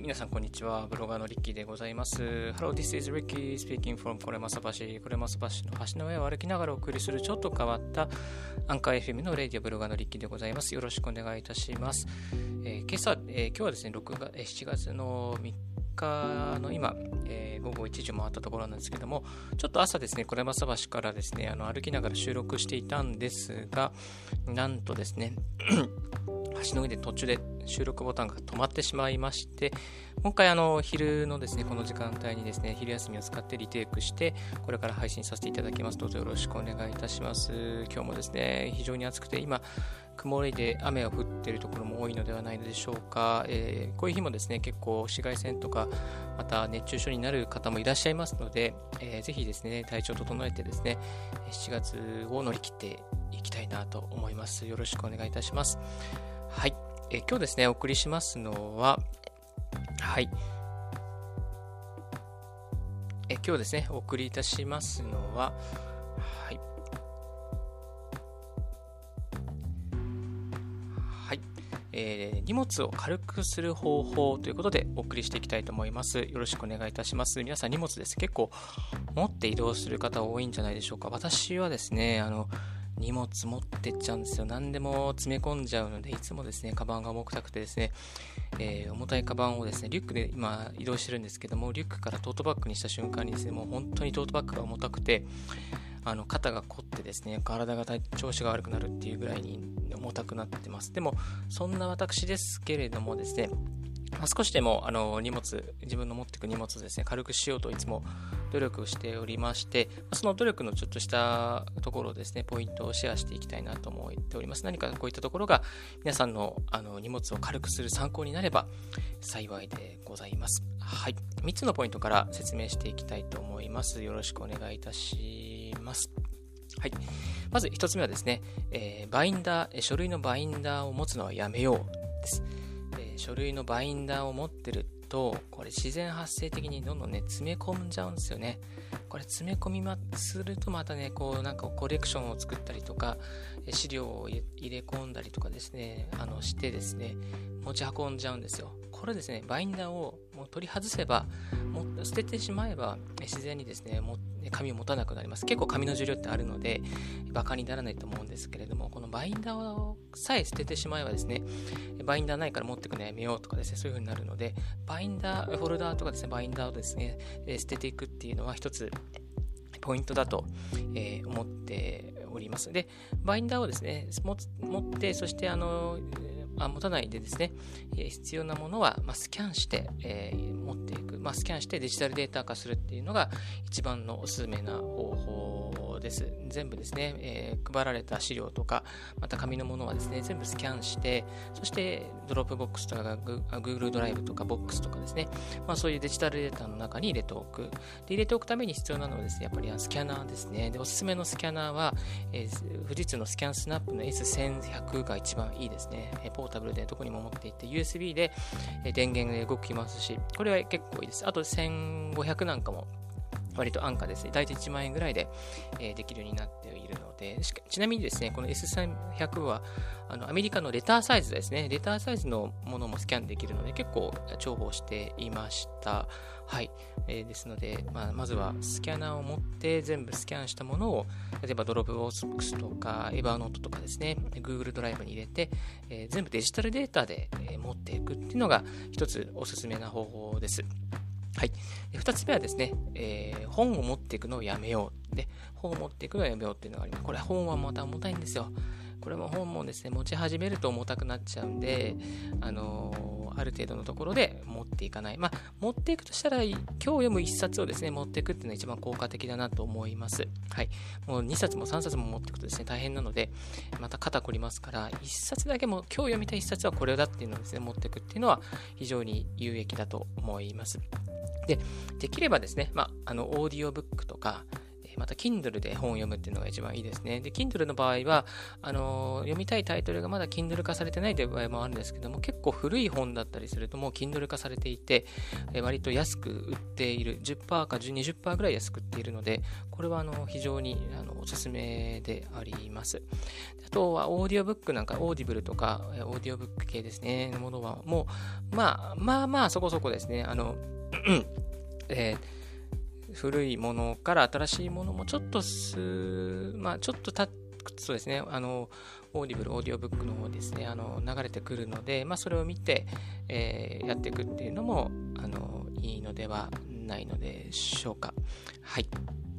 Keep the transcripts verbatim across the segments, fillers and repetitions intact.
皆さんこんにちは。ブロガーのリッキーでございます。Hello, this is Ricky speaking from これまさ橋。これまさ橋の橋の上を歩きながらお送りするちょっと変わったアンカー エフエム のレディオブロガーのリッキーでございます。よろしくお願いいたします。えー、今朝、えー、今日はですね、ろくがつ、しちがつのみっかの今、えー、午後いちじ回ったところなんですけども、ちょっと朝ですね、これまさ橋からですね、あの歩きながら収録していたんですが、なんとですね、橋の上で途中で収録ボタンが止まってしまいまして、もう一回あの昼のですねこの時間帯にですね昼休みを使ってリテイクしてこれから配信させていただきます。どうぞよろしくお願いいたします。今日もですね非常に暑くて今曇りで雨が降っているところも多いのではないのでしょうか。えー、こういう日もですね結構紫外線とかまた熱中症になる方もいらっしゃいますので、えー、ぜひですね体調を整えてですねしちがつを乗り切っていきたいなと思います。よろしくお願いいたします。はい、えー、今日ですねお送りしますのははいえ今日ですねお送りいたしますのははいはい、えー、荷物を軽くする方法ということでお送りしていきたいと思います。よろしくお願いいたします。皆さん荷物です結構持って移動する方多いんじゃないでしょうか。私はですねあの荷物持ってっちゃうんですよ。何でも詰め込んじゃうのでいつもですねカバンが重くてですね、えー、重たいカバンをですねリュックで今移動してるんですけども、リュックからトートバッグにした瞬間にですねもう本当にトートバッグが重たくてあの肩が凝ってですね体が調子が悪くなるっていうぐらいに重たくなってます。でもそんな私ですけれどもですね、まあ、少しでもあの荷物自分の持っていく荷物をですね軽くしようといつも努力をしておりまして、その努力のちょっとしたところをですねポイントをシェアしていきたいなと思っております。何かこういったところが皆さんのあの荷物を軽くする参考になれば幸いでございます。はい、みっつのポイントから説明していきたいと思います。よろしくお願いいたします。はい、まずひとつめはですね、えー、バインダー書類のバインダーを持つのはやめようです。えー、書類のバインダーを持ってるとこれ自然発生的にどんどんね詰め込んじゃうんですよね。これ詰め込みまするとまたねこうなんかコレクションを作ったりとか資料を入れ込んだりとかですねあのしてですね持ち運んじゃうんですよ。これですねバインダーをもう取り外せばもう捨ててしまえば自然にですねも紙を持たなくなります。結構紙の重量ってあるのでバカにならないと思うんですけれども、このバインダーをさえ捨ててしまえばですねバインダーないから持ってくのやめようとかですねそういう風になるので、バインダーフォルダーとかですねバインダーをですね捨てていくっていうのは一つポイントだと、えー、思っております。でバインダーをですね持ってそしてあのあ持たないでですね、えー、必要なものは、まあ、スキャンして、えー、持っていく、まあ、スキャンしてデジタルデータ化するっていうのが一番のおすすめな方法です。全部ですね、えー、配られた資料とかまた紙のものはですね全部スキャンしてそしてドロップボックスとか Google ドライブとかボックスとかですね、まあ、そういうデジタルデータの中に入れておく。で入れておくために必要なのはですねやっぱりスキャナーですね。でおすすめのスキャナーは、えー、富士通のスキャンスナップの エスせんひゃく が一番いいですね。えー、ポータブルでどこにも持っていって ユーエスビー で、えー、電源で動きますし、これは結構いいです。あとせんごひゃくなんかも割と安価ですね。大体いちまんえんぐらいで、えー、できるようになっているので、ちなみにですねこの エスせんひゃく はあのアメリカのレターサイズですね。レターサイズのものもスキャンできるので結構重宝していました。はい、えー、ですので、まあ、まずはスキャナーを持って全部スキャンしたものを例えばドロップボックスとかエバーノートとかですね Google ドライブに入れて、えー、全部デジタルデータで、えー、持っていくっていうのが一つおすすめな方法です。はい、二つ目はですね、えー、本を持っていくのをやめよう。で本を持っていくのをやめようっていうのがあります。これ本はまた重たいんですよ。これも本もですね持ち始めると重たくなっちゃうんで、あのー、ある程度のところで持っていかない。まあ持っていくとしたら今日読む一冊をですね持っていくっていうのが一番効果的だなと思います。はい、もうにさつもさんさつも持っていくとですね大変なのでまた肩こりますから、一冊だけも今日読みたい一冊はこれだっていうのをですね持っていくっていうのは非常に有益だと思います。でできればですね、まあ、あのオーディオブックとかまた Kindle で本を読むっていうのが一番いいですね。で、Kindle の場合は、あのー、読みたいタイトルがまだ Kindle 化されてないという場合もあるんですけども、結構古い本だったりするともう Kindle 化されていて、えー、割と安く売っている、じゅっパーセント かにじゅっパーセントぐらい安く売っているので、これはあの非常にあのおすすめであります。あとはオーディオブックなんか、オーディブルとか、オーディオブック系ですね、のものはもう、まあまあまあそこそこですね、あの、えー古いものから新しいものもちょっとす、まあちょっとたそうですね、あの、オーディブル、オーディオブックの方ですね、あの、流れてくるので、まあそれを見て、えー、やっていくっていうのも、あの、いいのではないのでしょうか。はい。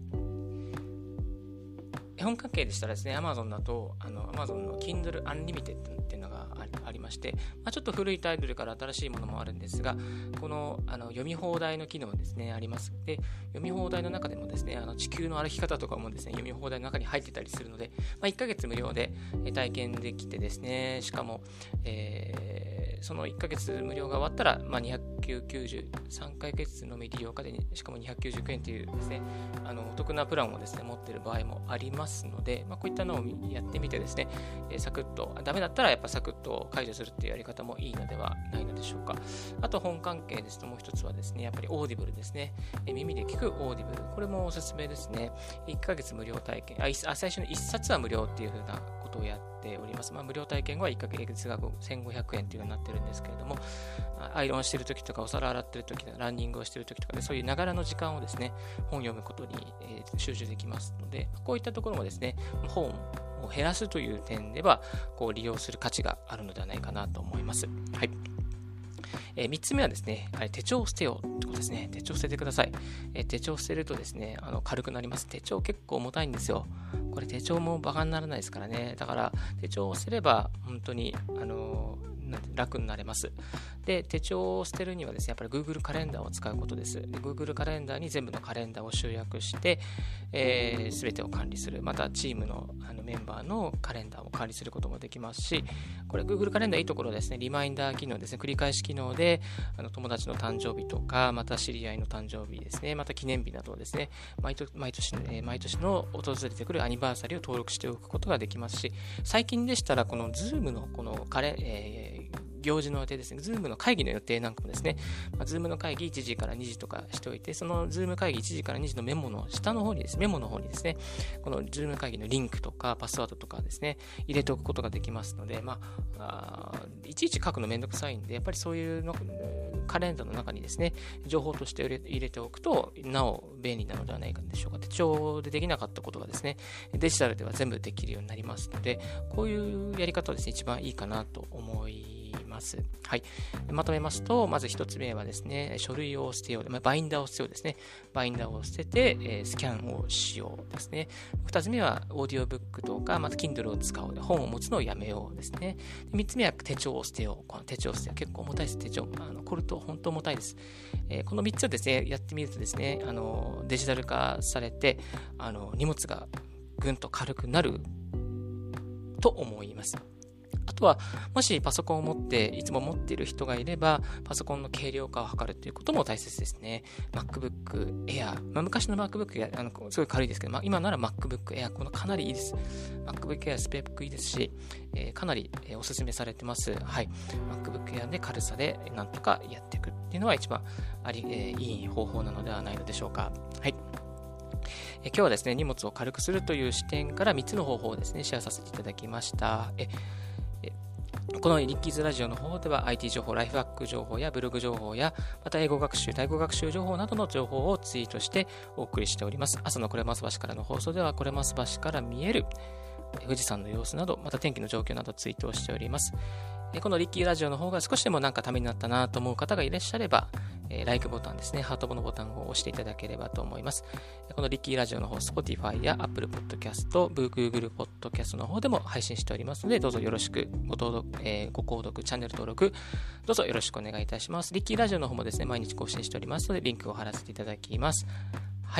絵本関係でしたらですね、Amazon だと、あの、Amazon の Kindle Unlimited っていうのがありまして、まあ、ちょっと古いタイトルから新しいものもあるんですが、この、あの読み放題の機能ですね、あります。で、読み放題の中でもですね、あの地球の歩き方とかもですね、読み放題の中に入ってたりするので、まあ、いっかげつ無料で体験できてですね、しかも、えー、そのいっかげつ無料が終わったら、まあ、にひゃくきゅうじゅうさんかげつのみ利用価で、しかもにひゃくきゅうじゅうきゅうえんというですね、あのお得なプランをですね、持っている場合もありますので、まあ、こういったのをやってみてですね、えー、サクッと、ダメだったらやっぱサクッと解除するっていうやり方もいいのではないのでしょうか。あと本関係ですともう一つはですね、やっぱりオーディブルですね。えー、耳で聞くオーディブル。これもおすすめですね。いっかげつ無料体験、あ、あ最初のいっさつは無料っていう風なことをやっております。まあ、無料体験後はいっかげつがせんごひゃくえんっていうようになってるんですけれども、アイロンしてる時とかお皿洗ってる時とかランニングをしてる時とかで、そういうながらの時間をですね、本を読むことに、えー、集中できますので、こういったところもですね、本を減らすという点ではこう利用する価値があるのではないかなと思います。はい。えー、みっつめはですね、はい、手帳を捨てようってことですね。手帳を捨ててください。えー、手帳を捨てるとですね、あの軽くなります。手帳結構重たいんですよ。これ手帳もバカにならないですからね。だから手帳を捨てれば本当に、あのー楽になれます。で、手帳を捨てるにはですね、やっぱり Google カレンダーを使うことです。で Google カレンダーに全部のカレンダーを集約して、えー、全てを管理する。また、チームの、あのメンバーのカレンダーを管理することもできますし、これ Google カレンダーいいところですね、リマインダー機能ですね、繰り返し機能で、あの友達の誕生日とか、また知り合いの誕生日ですね、また記念日などをですね、毎年、毎年、えー、毎年の訪れてくるアニバーサリーを登録しておくことができますし、最近でしたら、この Zoom のこのカレ、えー行事の予定ですね、Zoom の会議の予定なんかもですね、まあ、Zoom の会議いちじからにじとかしておいて、その Zoom 会議いちじからにじのメモの下の方にですね、メモの方にですね、この Zoom 会議のリンクとかパスワードとかですね、入れておくことができますので、まあ、あいちいち書くのめんどくさいんで、やっぱりそういうのカレンダーの中にですね、情報として入れておくと、なお便利なのではないかでしょうか。手帳でできなかったことがですね、デジタルでは全部できるようになりますので、こういうやり方はですね、一番いいかなと思います。はい。まとめますと、まず一つ目はですね、書類を捨てよう。まあ、バインダーを捨てようですね。バインダーを捨てて、えー、スキャンをしようですね。二つ目は、オーディオブックとか、また Kindle を使う。本を持つのをやめようですね。三つ目は、手帳を捨てよう。この手帳を捨てよう。結構重たいです、手帳。あの、これと本当重たいです。えー、この三つをですね、やってみるとですね、あの、デジタル化されて、あの、荷物がぐんと軽くなると思います。あとは、もしパソコンを持って、いつも持っている人がいれば、パソコンの軽量化を図るということも大切ですね。MacBook Air。まあ、昔の MacBook Air、あのすごい軽いですけど、まあ、今なら MacBook Air、このかなりいいです。MacBook Air スペックいいですし、えー、かなり、えー、おすすめされてます。はい。MacBook Air で軽さでなんとかやっていくっていうのは一番あり、えー、いい方法なのではないのでしょうか。はい。え今日はですね、荷物を軽くするという視点からみっつの方法をですね、シェアさせていただきました。えこのリッキーズラジオの方では アイティー 情報、ライフハック情報やブログ情報や、また英語学習、タイ語学習情報などの情報をツイートしてお送りしております。朝のコレマス橋からの放送では、コレマス橋から見える富士山の様子など、また天気の状況などツイートをしております。このリッキーラジオの方が少しでもなんかためになったなと思う方がいらっしゃれば、えー、LIKE ボタンですね、ハートのボタンを押していただければと思います。このリッキーラジオの方、Spotify や Apple Podcast、Google Podcast の方でも配信しておりますので、どうぞよろしくご登録、えー、ご購読、チャンネル登録、どうぞよろしくお願いいたします。リッキーラジオの方もですね、毎日更新しておりますので、リンクを貼らせていただきます。はい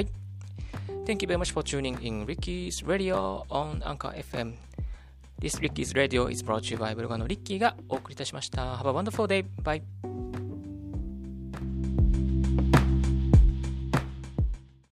。Thank you very much for tuning in Ricky's Radio on Anchor エフエム。This Ricky's Radio is brought to you by ブロガーのリッキーがお送りいたしました。Have a wonderful day. Bye.